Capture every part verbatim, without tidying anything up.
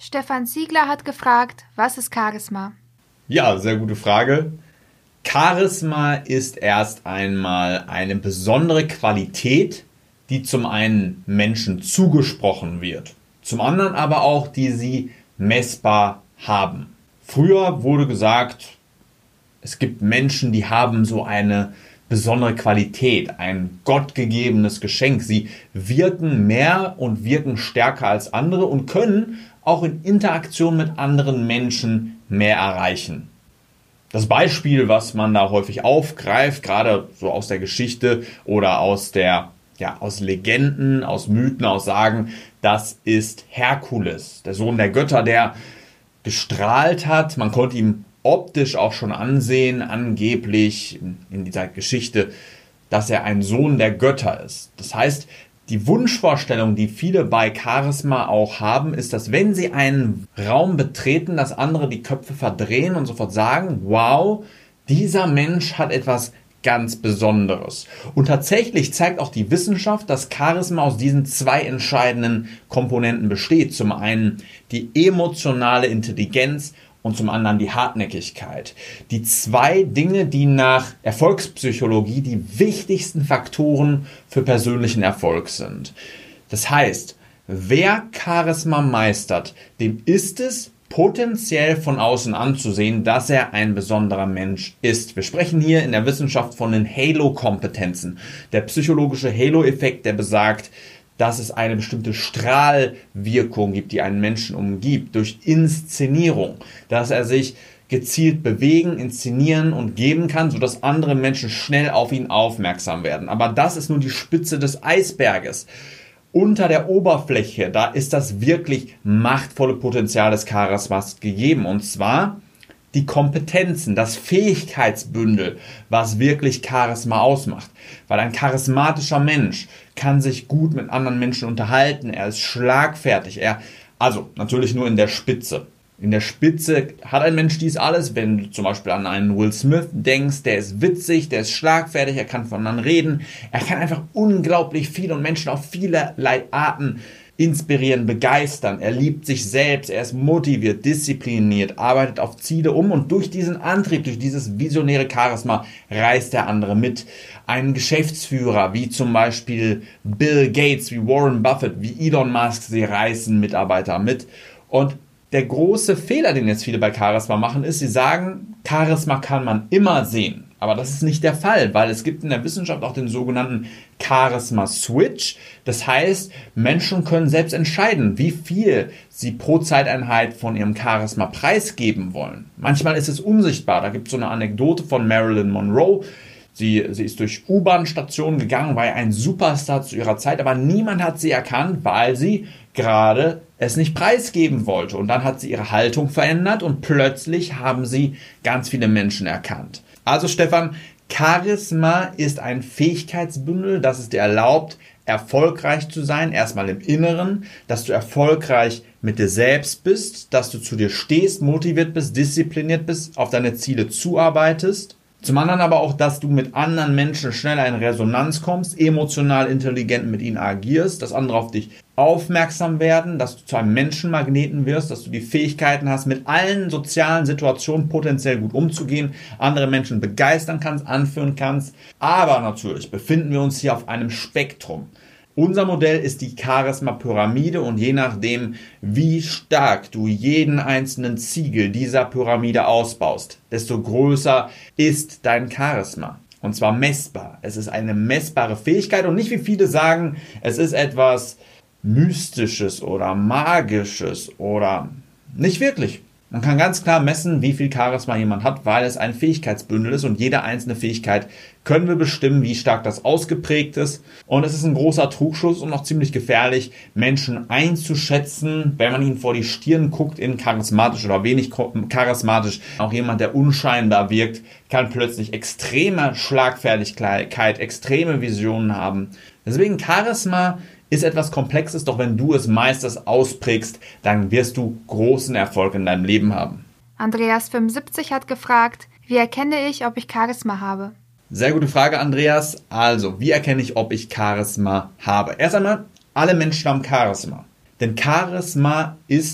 Stefan Ziegler hat gefragt, was ist Charisma? Ja, sehr gute Frage. Charisma ist erst einmal eine besondere Qualität, die zum einen Menschen zugesprochen wird, zum anderen aber auch, die sie messbar haben. Früher wurde gesagt, es gibt Menschen, die haben so eine besondere Qualität, ein gottgegebenes Geschenk. Sie wirken mehr und wirken stärker als andere und können auch in Interaktion mit anderen Menschen mehr erreichen. Das Beispiel, was man da häufig aufgreift, gerade so aus der Geschichte oder aus der, ja, aus Legenden, aus Mythen, aus Sagen, das ist Herkules, der Sohn der Götter, der gestrahlt hat. Man konnte ihm optisch auch schon ansehen, angeblich in dieser Geschichte, dass er ein Sohn der Götter ist. Das heißt, die Wunschvorstellung, die viele bei Charisma auch haben, ist, dass wenn sie einen Raum betreten, dass andere die Köpfe verdrehen und sofort sagen, wow, dieser Mensch hat etwas ganz Besonderes. Und tatsächlich zeigt auch die Wissenschaft, dass Charisma aus diesen zwei entscheidenden Komponenten besteht. Zum einen die emotionale Intelligenz und zum anderen die Hartnäckigkeit. Die zwei Dinge, die nach Erfolgspsychologie die wichtigsten Faktoren für persönlichen Erfolg sind. Das heißt, wer Charisma meistert, dem ist es potenziell von außen anzusehen, dass er ein besonderer Mensch ist. Wir sprechen hier in der Wissenschaft von den Halo-Kompetenzen. Der psychologische Halo-Effekt, der besagt, dass es eine bestimmte Strahlwirkung gibt, die einen Menschen umgibt, durch Inszenierung, dass er sich gezielt bewegen, inszenieren und geben kann, sodass andere Menschen schnell auf ihn aufmerksam werden. Aber das ist nur die Spitze des Eisberges. Unter der Oberfläche, da ist das wirklich machtvolle Potenzial des Charismas gegeben. Und zwar die Kompetenzen, das Fähigkeitsbündel, was wirklich Charisma ausmacht. Weil ein charismatischer Mensch kann sich gut mit anderen Menschen unterhalten, er ist schlagfertig, er, also natürlich nur in der Spitze. In der Spitze hat ein Mensch dies alles, wenn du zum Beispiel an einen Will Smith denkst, der ist witzig, der ist schlagfertig, er kann von anderen reden, er kann einfach unglaublich viel und Menschen auf vielerlei Arten inspirieren, begeistern, er liebt sich selbst, er ist motiviert, diszipliniert, arbeitet auf Ziele um und durch diesen Antrieb, durch dieses visionäre Charisma reißt der andere mit. Ein Geschäftsführer wie zum Beispiel Bill Gates, wie Warren Buffett, wie Elon Musk, sie reißen Mitarbeiter mit. Und der große Fehler, den jetzt viele bei Charisma machen, ist, sie sagen, Charisma kann man immer sehen. Aber das ist nicht der Fall, weil es gibt in der Wissenschaft auch den sogenannten Charisma-Switch. Das heißt, Menschen können selbst entscheiden, wie viel sie pro Zeiteinheit von ihrem Charisma preisgeben wollen. Manchmal ist es unsichtbar. Da gibt es so eine Anekdote von Marilyn Monroe. Sie, sie ist durch U-Bahn-Stationen gegangen, war ein Superstar zu ihrer Zeit, aber niemand hat sie erkannt, weil sie gerade es nicht preisgeben wollte. Und dann hat sie ihre Haltung verändert und plötzlich haben sie ganz viele Menschen erkannt. Also Stefan, Charisma ist ein Fähigkeitsbündel, das es dir erlaubt, erfolgreich zu sein, erstmal im Inneren, dass du erfolgreich mit dir selbst bist, dass du zu dir stehst, motiviert bist, diszipliniert bist, auf deine Ziele zuarbeitest. Zum anderen aber auch, dass du mit anderen Menschen schneller in Resonanz kommst, emotional intelligent mit ihnen agierst, dass andere auf dich aufmerksam werden, dass du zu einem Menschenmagneten wirst, dass du die Fähigkeiten hast, mit allen sozialen Situationen potenziell gut umzugehen, andere Menschen begeistern kannst, anführen kannst. Aber natürlich befinden wir uns hier auf einem Spektrum. Unser Modell ist die Charisma-Pyramide und je nachdem, wie stark du jeden einzelnen Ziegel dieser Pyramide ausbaust, desto größer ist dein Charisma. Und zwar messbar. Es ist eine messbare Fähigkeit und nicht wie viele sagen, es ist etwas Mystisches oder Magisches oder nicht wirklich. Man kann ganz klar messen, wie viel Charisma jemand hat, weil es ein Fähigkeitsbündel ist und jede einzelne Fähigkeit können wir bestimmen, wie stark das ausgeprägt ist. Und es ist ein großer Trugschluss und auch ziemlich gefährlich, Menschen einzuschätzen, wenn man ihnen vor die Stirn guckt, in charismatisch oder wenig charismatisch. Auch jemand, der unscheinbar wirkt, kann plötzlich extreme Schlagfertigkeit, extreme Visionen haben. Deswegen Charisma ist etwas Komplexes, doch wenn du es meisterst, ausprägst, dann wirst du großen Erfolg in deinem Leben haben. Andreas fünfundsiebzig hat gefragt, wie erkenne ich, ob ich Charisma habe? Sehr gute Frage, Andreas. Also, wie erkenne ich, ob ich Charisma habe? Erst einmal, alle Menschen haben Charisma. Denn Charisma ist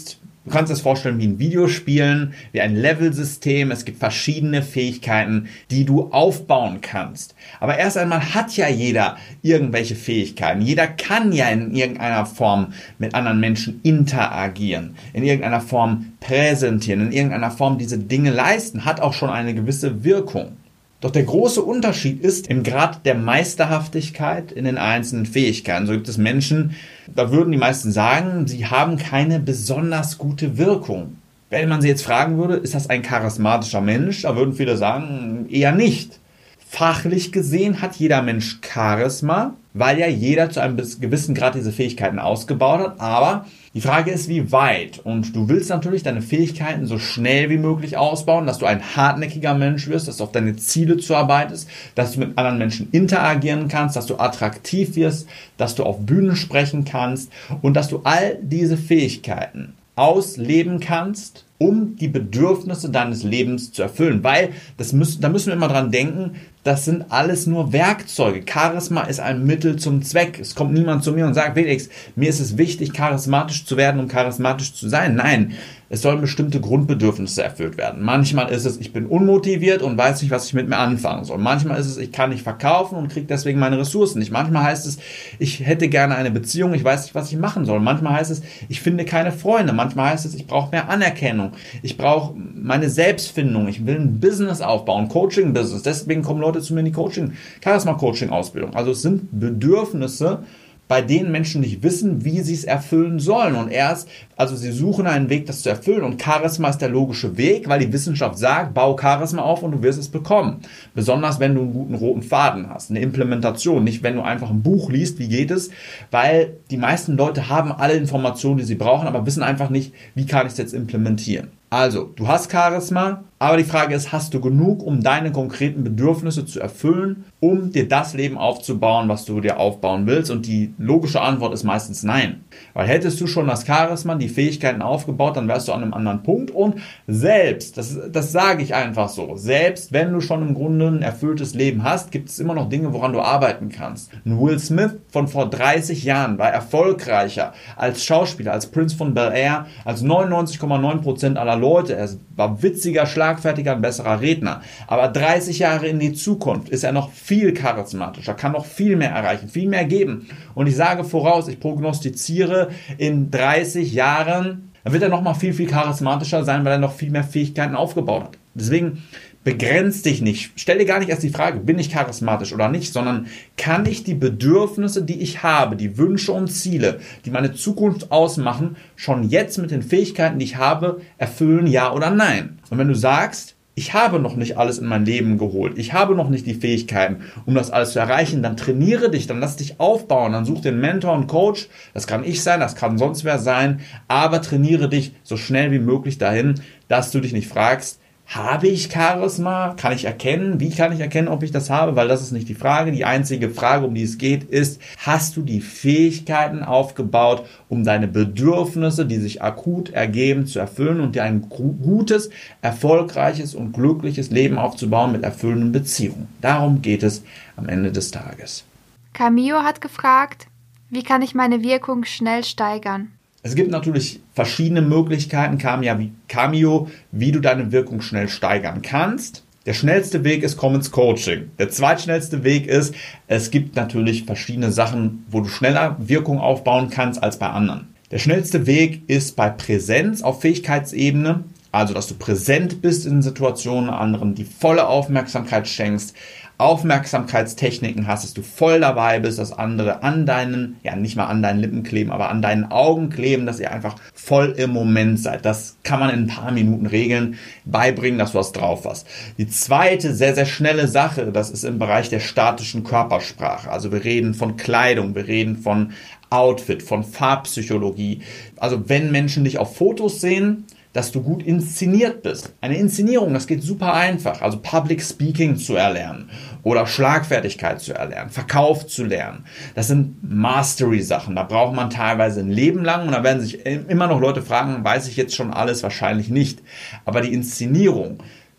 Du kannst es vorstellen wie ein Videospielen, wie ein Levelsystem. Es gibt verschiedene Fähigkeiten, die du aufbauen kannst. Aber erst einmal hat ja jeder irgendwelche Fähigkeiten. Jeder kann ja in irgendeiner Form mit anderen Menschen interagieren, in irgendeiner Form präsentieren, in irgendeiner Form diese Dinge leisten, hat auch schon eine gewisse Wirkung. Doch der große Unterschied ist im Grad der Meisterhaftigkeit in den einzelnen Fähigkeiten. So gibt es Menschen, da würden die meisten sagen, sie haben keine besonders gute Wirkung. Wenn man sie jetzt fragen würde, ist das ein charismatischer Mensch, da würden viele sagen, eher nicht. Fachlich gesehen hat jeder Mensch Charisma, weil ja jeder zu einem gewissen Grad diese Fähigkeiten ausgebaut hat. Aber die Frage ist, wie weit? Und du willst natürlich deine Fähigkeiten so schnell wie möglich ausbauen, dass du ein hartnäckiger Mensch wirst, dass du auf deine Ziele zuarbeitest, dass du mit anderen Menschen interagieren kannst, dass du attraktiv wirst, dass du auf Bühnen sprechen kannst und dass du all diese Fähigkeiten ausleben kannst, um die Bedürfnisse deines Lebens zu erfüllen. Weil, das müssen, da müssen wir immer dran denken, das sind alles nur Werkzeuge. Charisma ist ein Mittel zum Zweck. Es kommt niemand zu mir und sagt, Felix, mir ist es wichtig, charismatisch zu werden, um charismatisch zu sein. Nein, es sollen bestimmte Grundbedürfnisse erfüllt werden. Manchmal ist es, ich bin unmotiviert und weiß nicht, was ich mit mir anfangen soll. Manchmal ist es, ich kann nicht verkaufen und kriege deswegen meine Ressourcen nicht. Manchmal heißt es, ich hätte gerne eine Beziehung, ich weiß nicht, was ich machen soll. Manchmal heißt es, ich finde keine Freunde. Manchmal heißt es, ich brauche mehr Anerkennung. Ich brauche meine Selbstfindung. Ich will ein Business aufbauen, Coaching-Business. Deswegen kommen Leute zu mir in die Coaching, Charisma-Coaching-Ausbildung. Also es sind Bedürfnisse, bei denen Menschen nicht wissen, wie sie es erfüllen sollen. Und erst, also sie suchen einen Weg, das zu erfüllen. Und Charisma ist der logische Weg, weil die Wissenschaft sagt, bau Charisma auf und du wirst es bekommen. Besonders, wenn du einen guten roten Faden hast, eine Implementation. Nicht, wenn du einfach ein Buch liest, wie geht es? Weil die meisten Leute haben alle Informationen, die sie brauchen, aber wissen einfach nicht, wie kann ich es jetzt implementieren. Also, du hast Charisma, aber die Frage ist, hast du genug, um deine konkreten Bedürfnisse zu erfüllen, um dir das Leben aufzubauen, was du dir aufbauen willst? Und die logische Antwort ist meistens nein. Weil hättest du schon das Charisma, die Fähigkeiten aufgebaut, dann wärst du an einem anderen Punkt. Und selbst, das, das sage ich einfach so, selbst wenn du schon im Grunde ein erfülltes Leben hast, gibt es immer noch Dinge, woran du arbeiten kannst. Ein Will Smith von vor dreißig Jahren war erfolgreicher als Schauspieler, als Prince von Bel-Air, als neunundneunzig Komma neun Prozent aller Leute. Er war witziger, schlagfertiger, ein besserer Redner. Aber dreißig Jahre in die Zukunft ist er noch viel charismatischer, kann noch viel mehr erreichen, viel mehr geben. Und ich sage voraus, ich prognostiziere, in dreißig Jahren, dann wird er noch mal viel, viel charismatischer sein, weil er noch viel mehr Fähigkeiten aufgebaut hat. Deswegen begrenz dich nicht. Stell dir gar nicht erst die Frage, bin ich charismatisch oder nicht, sondern kann ich die Bedürfnisse, die ich habe, die Wünsche und Ziele, die meine Zukunft ausmachen, schon jetzt mit den Fähigkeiten, die ich habe, erfüllen, ja oder nein? Und wenn du sagst, ich habe noch nicht alles in mein Leben geholt, ich habe noch nicht die Fähigkeiten, um das alles zu erreichen, dann trainiere dich, dann lass dich aufbauen, dann such dir einen Mentor und Coach, das kann ich sein, das kann sonst wer sein, aber trainiere dich so schnell wie möglich dahin, dass du dich nicht fragst, habe ich Charisma? Kann ich erkennen? Wie kann ich erkennen, ob ich das habe? Weil das ist nicht die Frage. Die einzige Frage, um die es geht, ist, hast du die Fähigkeiten aufgebaut, um deine Bedürfnisse, die sich akut ergeben, zu erfüllen und dir ein gutes, erfolgreiches und glückliches Leben aufzubauen mit erfüllenden Beziehungen? Darum geht es am Ende des Tages. Camillo hat gefragt, wie kann ich meine Wirkung schnell steigern? Es gibt natürlich verschiedene Möglichkeiten, Camillo, wie du deine Wirkung schnell steigern kannst. Der schnellste Weg ist, komm ins Coaching. Der zweitschnellste Weg ist, es gibt natürlich verschiedene Sachen, wo du schneller Wirkung aufbauen kannst als bei anderen. Der schnellste Weg ist bei Präsenz auf Fähigkeitsebene, also dass du präsent bist in Situationen, anderen die volle Aufmerksamkeit schenkst, Aufmerksamkeitstechniken hast, dass du voll dabei bist, dass andere an deinen, ja nicht mal an deinen Lippen kleben, aber an deinen Augen kleben, dass ihr einfach voll im Moment seid. Das kann man in ein paar Minuten regeln, beibringen, dass du was drauf hast. Die zweite sehr, sehr schnelle Sache, das ist im Bereich der statischen Körpersprache. Also wir reden von Kleidung, wir reden von Outfit, von Farbpsychologie. Also wenn Menschen dich auf Fotos sehen, dass du gut inszeniert bist. Eine Inszenierung, das geht super einfach. Also Public Speaking zu erlernen oder Schlagfertigkeit zu erlernen, Verkauf zu lernen. Das sind Mastery-Sachen. Da braucht man teilweise ein Leben lang und da werden sich immer noch Leute fragen, weiß ich jetzt schon alles? Wahrscheinlich nicht. Aber die Inszenierung,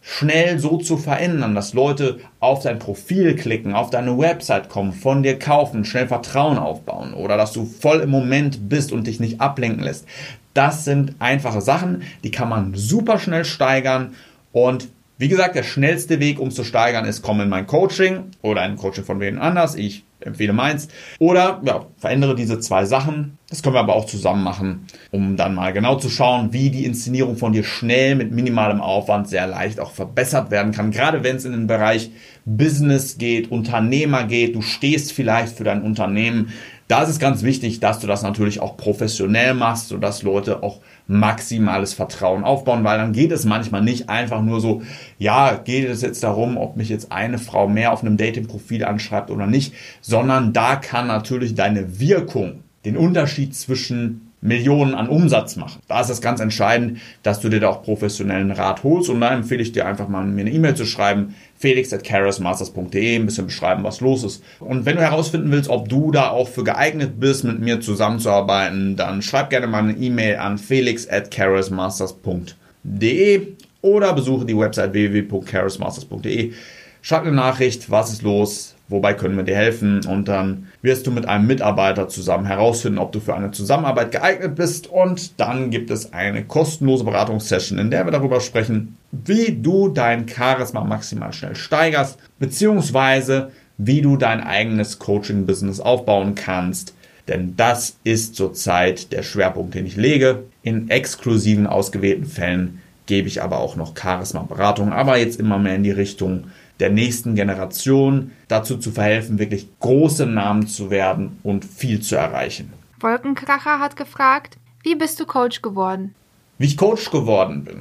schnell so zu verändern, dass Leute auf dein Profil klicken, auf deine Website kommen, von dir kaufen, schnell Vertrauen aufbauen oder dass du voll im Moment bist und dich nicht ablenken lässt. Das sind einfache Sachen, die kann man super schnell steigern und wie gesagt, der schnellste Weg, um zu steigern, ist, komm in mein Coaching oder ein Coaching von wem anders. Ich empfehle meins. Oder ja, verändere diese zwei Sachen. Das können wir aber auch zusammen machen, um dann mal genau zu schauen, wie die Inszenierung von dir schnell mit minimalem Aufwand sehr leicht auch verbessert werden kann. Gerade wenn es in den Bereich Business geht, Unternehmer geht, du stehst vielleicht für dein Unternehmen. Da ist es ganz wichtig, dass du das natürlich auch professionell machst, sodass Leute auch maximales Vertrauen aufbauen, weil dann geht es manchmal nicht einfach nur so, ja, geht es jetzt darum, ob mich jetzt eine Frau mehr auf einem Dating-Profil anschreibt oder nicht, sondern da kann natürlich deine Wirkung den Unterschied zwischen Millionen an Umsatz machen. Da ist es ganz entscheidend, dass du dir da auch professionellen Rat holst und da empfehle ich dir einfach mal, mir eine E-Mail zu schreiben, felix at charismasters punkt de, ein bisschen beschreiben, was los ist. Und wenn du herausfinden willst, ob du da auch für geeignet bist, mit mir zusammenzuarbeiten, dann schreib gerne mal eine E-Mail an felix at charismasters punkt de oder besuche die Website w w w punkt charismasters punkt de. Schreib eine Nachricht, was ist los, wobei können wir dir helfen und dann wirst du mit einem Mitarbeiter zusammen herausfinden, ob du für eine Zusammenarbeit geeignet bist und dann gibt es eine kostenlose Beratungssession, in der wir darüber sprechen, wie du dein Charisma maximal schnell steigerst, beziehungsweise wie du dein eigenes Coaching-Business aufbauen kannst, denn das ist zurzeit der Schwerpunkt, den ich lege. In exklusiven, ausgewählten Fällen gebe ich aber auch noch Charisma-Beratung, aber jetzt immer mehr in die Richtung der nächsten Generation dazu zu verhelfen, wirklich große Namen zu werden und viel zu erreichen. Wolkenkracher hat gefragt, wie bist du Coach geworden? Wie ich Coach geworden bin?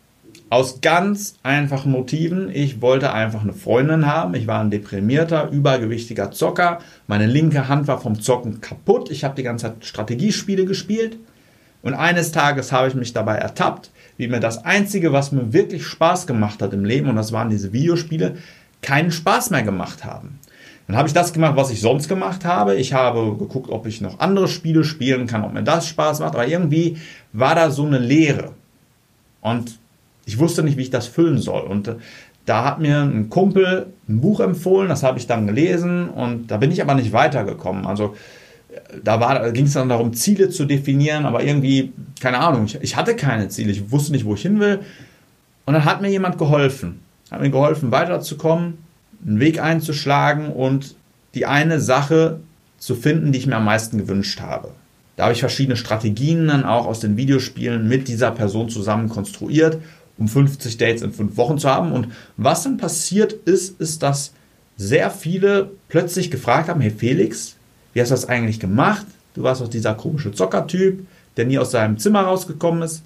Aus ganz einfachen Motiven. Ich wollte einfach eine Freundin haben. Ich war ein deprimierter, übergewichtiger Zocker. Meine linke Hand war vom Zocken kaputt. Ich habe die ganze Zeit Strategiespiele gespielt. Und eines Tages habe ich mich dabei ertappt, wie mir das Einzige, was mir wirklich Spaß gemacht hat im Leben, und das waren diese Videospiele, keinen Spaß mehr gemacht haben. Dann habe ich das gemacht, was ich sonst gemacht habe. Ich habe geguckt, ob ich noch andere Spiele spielen kann, ob mir das Spaß macht. Aber irgendwie war da so eine Leere. Und ich wusste nicht, wie ich das füllen soll. Und da hat mir ein Kumpel ein Buch empfohlen, das habe ich dann gelesen. Und da bin ich aber nicht weitergekommen. Also da, war, da ging es dann darum, Ziele zu definieren, aber irgendwie, keine Ahnung, ich, ich hatte keine Ziele, ich wusste nicht, wo ich hin will. Und dann hat mir jemand geholfen, hat mir geholfen, weiterzukommen, einen Weg einzuschlagen und die eine Sache zu finden, die ich mir am meisten gewünscht habe. Da habe ich verschiedene Strategien dann auch aus den Videospielen mit dieser Person zusammen konstruiert, um fünfzig Dates in fünf Wochen zu haben. Und was dann passiert ist, ist, dass sehr viele plötzlich gefragt haben, hey Felix, wie hast du das eigentlich gemacht? Du warst doch dieser komische Zockertyp, der nie aus seinem Zimmer rausgekommen ist.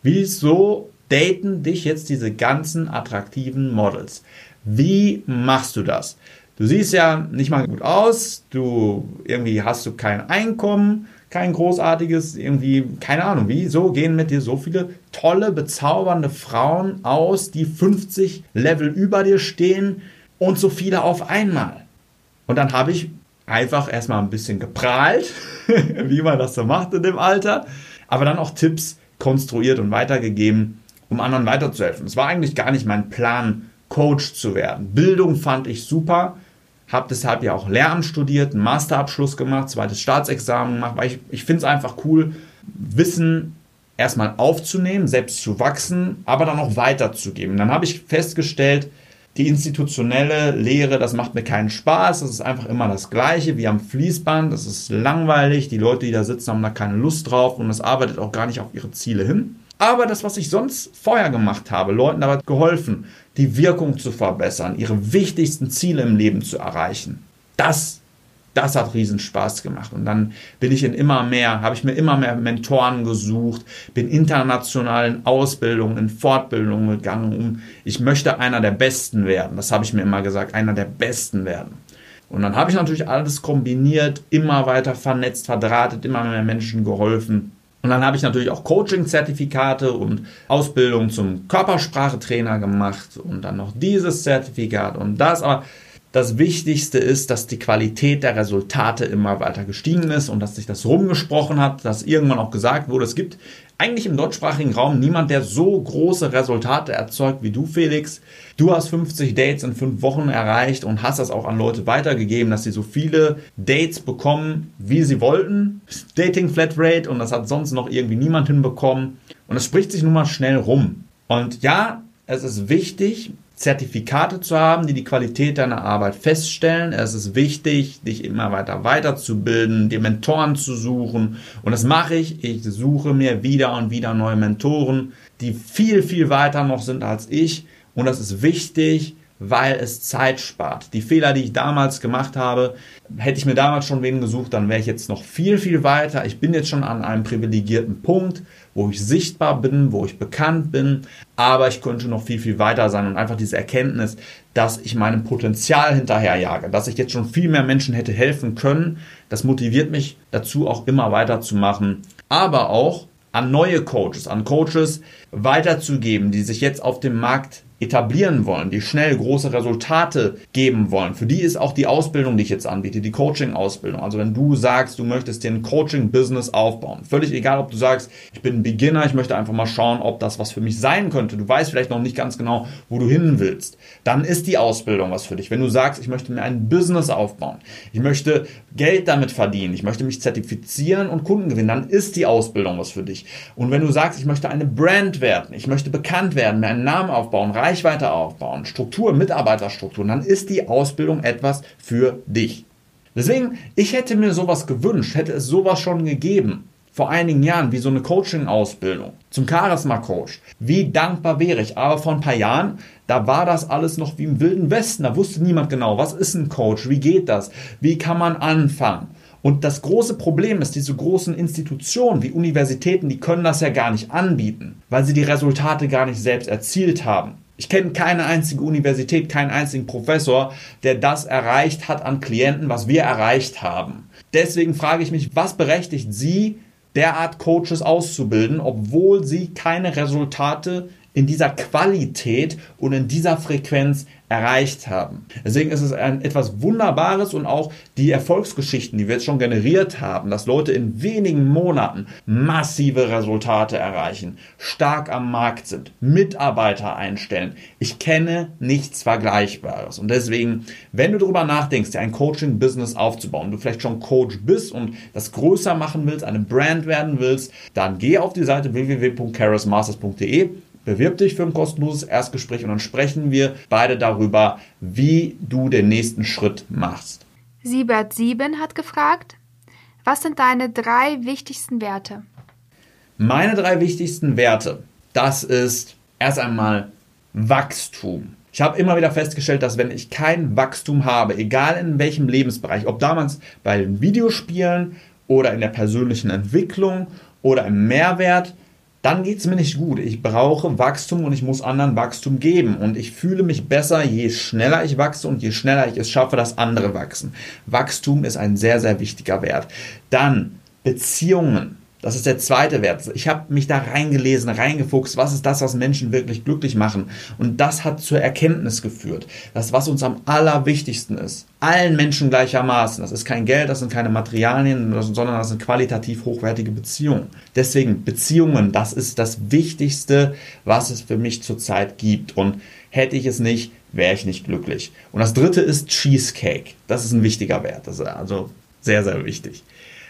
Wieso daten dich jetzt diese ganzen attraktiven Models? Wie machst du das? Du siehst ja nicht mal gut aus, du irgendwie hast du kein Einkommen, kein großartiges, irgendwie, keine Ahnung, wieso gehen mit dir so viele tolle, bezaubernde Frauen aus, die fünfzig Level über dir stehen und so viele auf einmal? Und dann habe ich einfach erstmal ein bisschen geprahlt, wie man das so macht in dem Alter, aber dann auch Tipps konstruiert und weitergegeben, um anderen weiterzuhelfen. Es war eigentlich gar nicht mein Plan, Coach zu werden. Bildung fand ich super, habe deshalb ja auch Lehramt studiert, einen Masterabschluss gemacht, zweites Staatsexamen gemacht, weil ich, ich finde es einfach cool, Wissen erstmal aufzunehmen, selbst zu wachsen, aber dann auch weiterzugeben. Dann habe ich festgestellt, die institutionelle Lehre, das macht mir keinen Spaß, das ist einfach immer das Gleiche wie am Fließband, das ist langweilig, die Leute, die da sitzen, haben da keine Lust drauf und es arbeitet auch gar nicht auf ihre Ziele hin. Aber das, was ich sonst vorher gemacht habe, Leuten dabei geholfen, die Wirkung zu verbessern, ihre wichtigsten Ziele im Leben zu erreichen, das Das hat riesen Spaß gemacht. Und dann bin ich in immer mehr, habe ich mir immer mehr Mentoren gesucht, bin international in Ausbildungen, in Fortbildungen gegangen. Um, ich möchte einer der Besten werden. Das habe ich mir immer gesagt, einer der Besten werden. Und dann habe ich natürlich alles kombiniert, immer weiter vernetzt, verdrahtet, immer mehr Menschen geholfen. Und dann habe ich natürlich auch Coaching-Zertifikate und Ausbildung zum Körpersprachetrainer gemacht und dann noch dieses Zertifikat und das. Aber das Wichtigste ist, dass die Qualität der Resultate immer weiter gestiegen ist und dass sich das rumgesprochen hat, dass irgendwann auch gesagt wurde, es gibt eigentlich im deutschsprachigen Raum niemand, der so große Resultate erzeugt wie du, Felix. Du hast fünfzig Dates in fünf Wochen erreicht und hast das auch an Leute weitergegeben, dass sie so viele Dates bekommen, wie sie wollten. Dating Flatrate, und das hat sonst noch irgendwie niemand hinbekommen. Und es spricht sich nun mal schnell rum. Und ja, es ist wichtig, Zertifikate zu haben, die die Qualität deiner Arbeit feststellen. Es ist wichtig, dich immer weiter weiterzubilden, dir Mentoren zu suchen. Und das mache ich. Ich suche mir wieder und wieder neue Mentoren, die viel, viel weiter noch sind als ich. Und das ist wichtig, weil es Zeit spart. Die Fehler, die ich damals gemacht habe, hätte ich mir damals schon wen gesucht, dann wäre ich jetzt noch viel, viel weiter. Ich bin jetzt schon an einem privilegierten Punkt, wo ich sichtbar bin, wo ich bekannt bin, aber ich könnte noch viel, viel weiter sein und einfach diese Erkenntnis, dass ich meinem Potenzial hinterherjage, dass ich jetzt schon viel mehr Menschen hätte helfen können, das motiviert mich dazu, auch immer weiterzumachen, aber auch an neue Coaches, an Coaches weiterzugeben, die sich jetzt auf dem Markt etablieren wollen, die schnell große Resultate geben wollen. Für die ist auch die Ausbildung, die ich jetzt anbiete, die Coaching-Ausbildung. Also wenn du sagst, du möchtest dir ein Coaching-Business aufbauen, völlig egal, ob du sagst, ich bin ein Beginner, ich möchte einfach mal schauen, ob das was für mich sein könnte. Du weißt vielleicht noch nicht ganz genau, wo du hin willst. Dann ist die Ausbildung was für dich. Wenn du sagst, ich möchte mir ein Business aufbauen, ich möchte Geld damit verdienen, ich möchte mich zertifizieren und Kunden gewinnen, dann ist die Ausbildung was für dich. Und wenn du sagst, ich möchte eine Brand werden, ich möchte bekannt werden, mir einen Namen aufbauen, Reichweite aufbauen, Struktur, Mitarbeiterstrukturen, dann ist die Ausbildung etwas für dich. Deswegen, ich hätte mir sowas gewünscht, hätte es sowas schon gegeben, vor einigen Jahren, wie so eine Coaching-Ausbildung zum Charisma-Coach. Wie dankbar wäre ich. Aber vor ein paar Jahren, da war das alles noch wie im Wilden Westen. Da wusste niemand genau, was ist ein Coach, wie geht das, wie kann man anfangen. Und das große Problem ist, diese großen Institutionen wie Universitäten, die können das ja gar nicht anbieten, weil sie die Resultate gar nicht selbst erzielt haben. Ich kenne keine einzige Universität, keinen einzigen Professor, der das erreicht hat an Klienten, was wir erreicht haben. Deswegen frage ich mich, was berechtigt Sie, derart Coaches auszubilden, obwohl sie keine Resultate in dieser Qualität und in dieser Frequenz erreicht haben. Deswegen ist es ein etwas Wunderbares und auch die Erfolgsgeschichten, die wir jetzt schon generiert haben, dass Leute in wenigen Monaten massive Resultate erreichen, stark am Markt sind, Mitarbeiter einstellen. Ich kenne nichts Vergleichbares. Und deswegen, wenn du darüber nachdenkst, dir ein Coaching-Business aufzubauen, du vielleicht schon Coach bist und das größer machen willst, eine Brand werden willst, dann geh auf die Seite w w w punkt charismasters punkt d e, bewirb dich für ein kostenloses Erstgespräch und dann sprechen wir beide darüber, wie du den nächsten Schritt machst. Siebert sieben hat gefragt, was sind deine drei wichtigsten Werte? Meine drei wichtigsten Werte, das ist erst einmal Wachstum. Ich habe immer wieder festgestellt, dass wenn ich kein Wachstum habe, egal in welchem Lebensbereich, ob damals bei den Videospielen oder in der persönlichen Entwicklung oder im Mehrwert, dann geht es mir nicht gut. Ich brauche Wachstum und ich muss anderen Wachstum geben. Und ich fühle mich besser, je schneller ich wachse und je schneller ich es schaffe, dass andere wachsen. Wachstum ist ein sehr, sehr wichtiger Wert. Dann Beziehungen. Das ist der zweite Wert. Ich habe mich da reingelesen, reingefuchst. Was ist das, was Menschen wirklich glücklich machen? Und das hat zur Erkenntnis geführt. Das, was uns am allerwichtigsten ist. Allen Menschen gleichermaßen. Das ist kein Geld, das sind keine Materialien, sondern das sind qualitativ hochwertige Beziehungen. Deswegen Beziehungen, das ist das Wichtigste, was es für mich zurzeit gibt. Und hätte ich es nicht, wäre ich nicht glücklich. Und das dritte ist Cheesecake. Das ist ein wichtiger Wert. Das ist also sehr, sehr wichtig.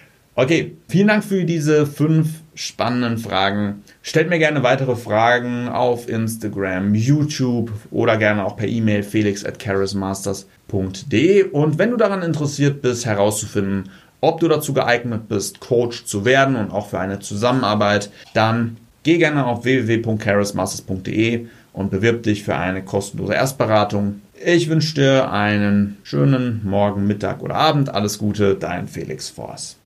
Okay, vielen Dank für diese fünf spannenden Fragen. Stellt mir gerne weitere Fragen auf Instagram, YouTube oder gerne auch per E-Mail felix at charismasters punkt d e. Und wenn du daran interessiert bist, herauszufinden, ob du dazu geeignet bist, Coach zu werden und auch für eine Zusammenarbeit, dann geh gerne auf w w w punkt charismasters punkt d e und bewirb dich für eine kostenlose Erstberatung. Ich wünsche dir einen schönen Morgen, Mittag oder Abend. Alles Gute, dein Felix Voss.